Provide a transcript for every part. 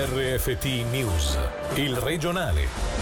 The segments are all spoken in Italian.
RFT News, il regionale.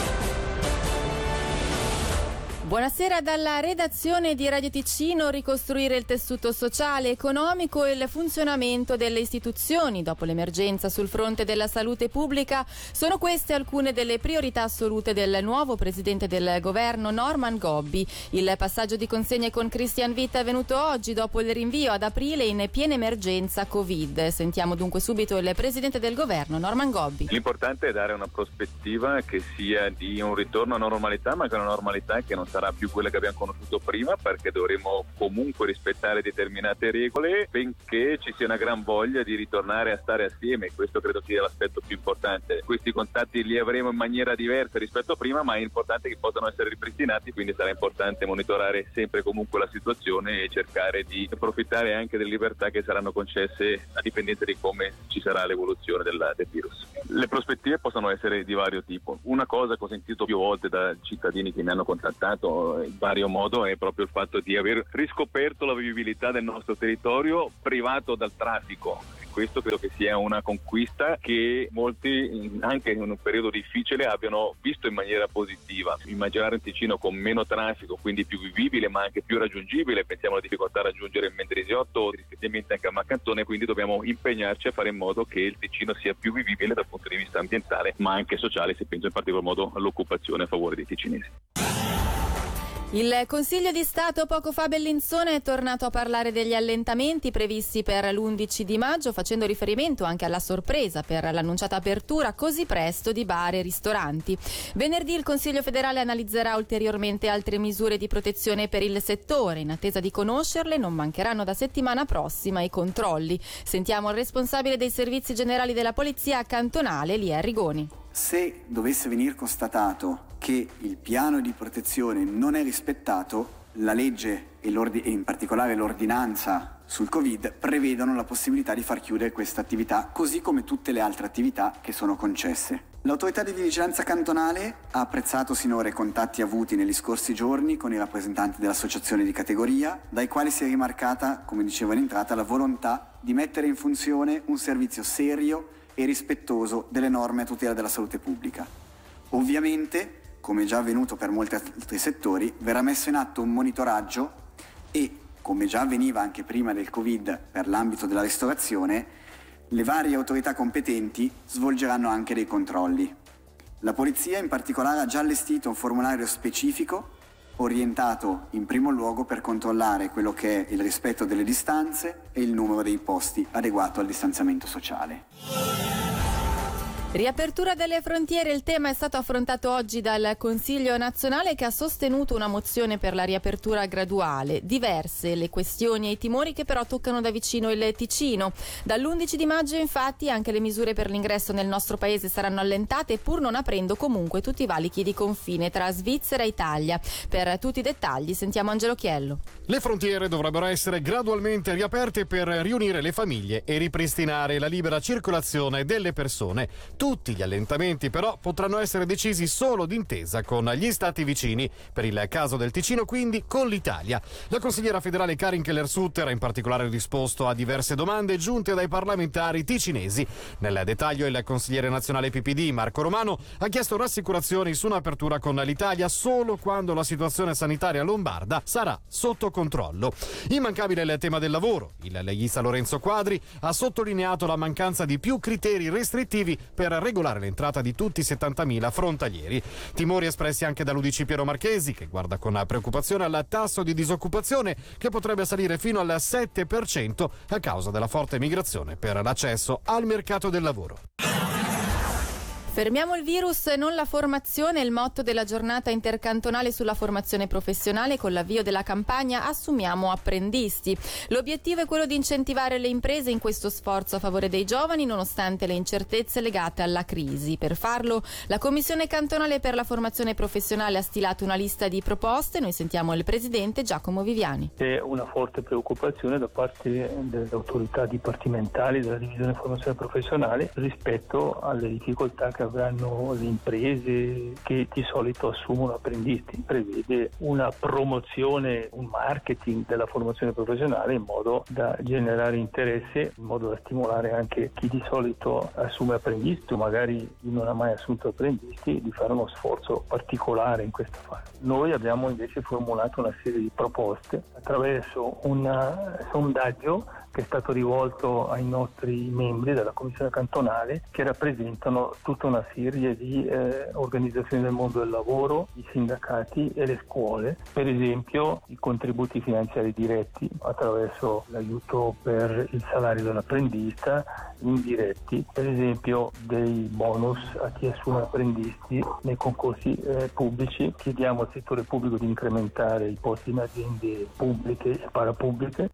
Buonasera dalla redazione di Radio Ticino. Ricostruire il tessuto sociale, economico e il funzionamento delle istituzioni dopo l'emergenza sul fronte della salute pubblica sono queste alcune delle priorità assolute del nuovo presidente del governo Norman Gobbi. Il passaggio di consegne con Christian Witt è avvenuto oggi dopo il rinvio ad aprile in piena emergenza Covid. Sentiamo dunque subito il presidente del governo Norman Gobbi. L'importante è dare una prospettiva che sia di un ritorno a normalità, ma che una normalità che non sarà più quella che abbiamo conosciuto prima, perché dovremo comunque rispettare determinate regole, benché ci sia una gran voglia di ritornare a stare assieme. Questo credo sia l'aspetto più importante. Questi contatti li avremo in maniera diversa rispetto a prima, ma è importante che possano essere ripristinati, quindi sarà importante monitorare sempre comunque la situazione e cercare di approfittare anche delle libertà che saranno concesse a dipendenza di come ci sarà l'evoluzione del virus. Le prospettive possono essere di vario tipo. Una cosa che ho sentito più volte da cittadini che mi hanno contattato in vario modo è proprio il fatto di aver riscoperto la vivibilità del nostro territorio privato dal traffico. Questo credo che sia una conquista che molti, anche in un periodo difficile, abbiano visto in maniera positiva. Immaginare un Ticino con meno traffico, quindi più vivibile ma anche più raggiungibile. Pensiamo alla difficoltà a raggiungere il Mendrisiotto, rispettivamente anche a Marcantone, quindi dobbiamo impegnarci a fare in modo che il Ticino sia più vivibile dal punto di vista ambientale ma anche sociale, se penso in particolar modo all'occupazione a favore dei ticinesi. Il Consiglio di Stato poco fa a Bellinzone è tornato a parlare degli allentamenti previsti per l'11 di maggio, facendo riferimento anche alla sorpresa per l'annunciata apertura così presto di bar e ristoranti. Venerdì il Consiglio federale analizzerà ulteriormente altre misure di protezione per il settore. In attesa di conoscerle non mancheranno da settimana prossima i controlli. Sentiamo il responsabile dei servizi generali della Polizia Cantonale, Elia Rigoni. Se dovesse venir constatato che il piano di protezione non è rispettato, la legge e in particolare l'ordinanza sul Covid prevedono la possibilità di far chiudere questa attività, così come tutte le altre attività che sono concesse. L'autorità di vigilanza cantonale ha apprezzato sinora i contatti avuti negli scorsi giorni con i rappresentanti dell'associazione di categoria, dai quali si è rimarcata, come dicevo in entrata, la volontà di mettere in funzione un servizio serio e rispettoso delle norme a tutela della salute pubblica. Ovviamente, come già avvenuto per molti altri settori, verrà messo in atto un monitoraggio e, come già avveniva anche prima del Covid per l'ambito della ristorazione, le varie autorità competenti svolgeranno anche dei controlli. La Polizia in particolare ha già allestito un formulario specifico orientato in primo luogo per controllare quello che è il rispetto delle distanze e il numero dei posti adeguato al distanziamento sociale. Riapertura delle frontiere, il tema è stato affrontato oggi dal Consiglio nazionale che ha sostenuto una mozione per la riapertura graduale. Diverse le questioni e i timori che però toccano da vicino il Ticino. Dall'11 di maggio infatti anche le misure per l'ingresso nel nostro paese saranno allentate, pur non aprendo comunque tutti i valichi di confine tra Svizzera e Italia. Per tutti i dettagli sentiamo Angelo Chiello. Le frontiere dovrebbero essere gradualmente riaperte per riunire le famiglie e ripristinare la libera circolazione delle persone. Tutti gli allentamenti però potranno essere decisi solo d'intesa con gli stati vicini, per il caso del Ticino quindi con l'Italia. La consigliera federale Karin Keller-Sutter ha in particolare risposto a diverse domande giunte dai parlamentari ticinesi. Nel dettaglio il consigliere nazionale PPD Marco Romano ha chiesto rassicurazioni su un'apertura con l'Italia solo quando la situazione sanitaria lombarda sarà sotto controllo. Immancabile il tema del lavoro. Il leghista Lorenzo Quadri ha sottolineato la mancanza di più criteri restrittivi per regolare l'entrata di tutti i 70.000 frontalieri. Timori espressi anche dall'UDC Piero Marchesi, che guarda con preoccupazione al tasso di disoccupazione che potrebbe salire fino al 7% a causa della forte migrazione per l'accesso al mercato del lavoro. Fermiamo il virus e non la formazione, il motto della giornata intercantonale sulla formazione professionale. Con l'avvio della campagna Assumiamo apprendisti. L'obiettivo è quello di incentivare le imprese in questo sforzo a favore dei giovani nonostante le incertezze legate alla crisi. Per farlo la Commissione cantonale per la formazione professionale ha stilato una lista di proposte. Noi sentiamo il presidente Giacomo Viviani. C'è una forte preoccupazione da parte delle autorità dipartimentali della divisione formazione professionale rispetto alle difficoltà che che avranno le imprese che di solito assumono apprendisti. Prevede una promozione, un marketing della formazione professionale in modo da generare interesse, in modo da stimolare anche chi di solito assume apprendisti o magari chi non ha mai assunto apprendisti di fare uno sforzo particolare in questa fase. Noi abbiamo invece formulato una serie di proposte attraverso un sondaggio che è stato rivolto ai nostri membri della Commissione cantonale, che rappresentano tutta una serie di organizzazioni del mondo del lavoro, i sindacati e le scuole. Per esempio i contributi finanziari diretti attraverso l'aiuto per il salario dell'apprendista, indiretti, per esempio dei bonus a chi assume apprendisti nei concorsi pubblici. Chiediamo al settore pubblico di incrementare i posti in aziende pubbliche e parapubbliche.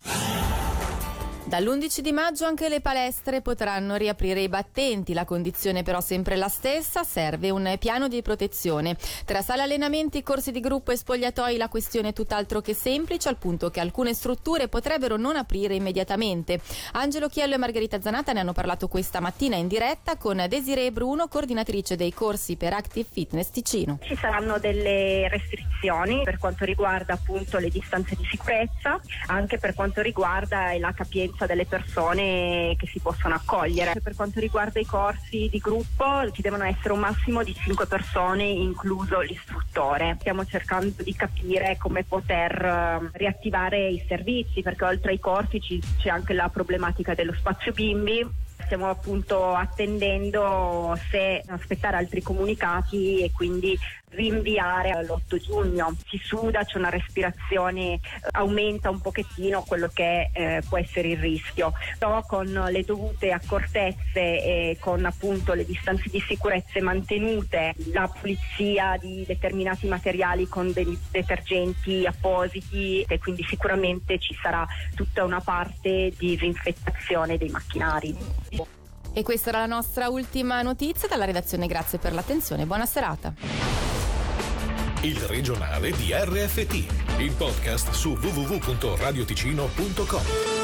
Dall'11 di maggio anche le palestre potranno riaprire i battenti, la condizione però sempre la stessa, serve un piano di protezione. Tra sala allenamenti, corsi di gruppo e spogliatoi la questione è tutt'altro che semplice, al punto che alcune strutture potrebbero non aprire immediatamente. Angelo Chiello e Margherita Zanata ne hanno parlato questa mattina in diretta con Desiree Bruno, coordinatrice dei corsi per Active Fitness Ticino. Ci saranno delle restrizioni per quanto riguarda appunto le distanze di sicurezza, anche per quanto riguarda la capienza delle persone che si possono accogliere. Per quanto riguarda i corsi di gruppo ci devono essere un massimo di 5 persone, incluso l'istruttore. Stiamo cercando di capire come poter riattivare i servizi, perché oltre ai corsi c'è anche la problematica dello spazio bimbi. Stiamo appunto attendendo se aspettare altri comunicati e quindi rinviare all'8 giugno. Si suda, c'è una respirazione, aumenta un pochettino quello che può essere il rischio. Però con le dovute accortezze e con appunto le distanze di sicurezza mantenute, la pulizia di determinati materiali con dei detergenti appositi, e quindi sicuramente ci sarà tutta una parte di disinfettazione dei macchinari. E questa era la nostra ultima notizia dalla redazione. Grazie per l'attenzione, buona serata. Il regionale di RFT, il podcast su www.radioticino.com.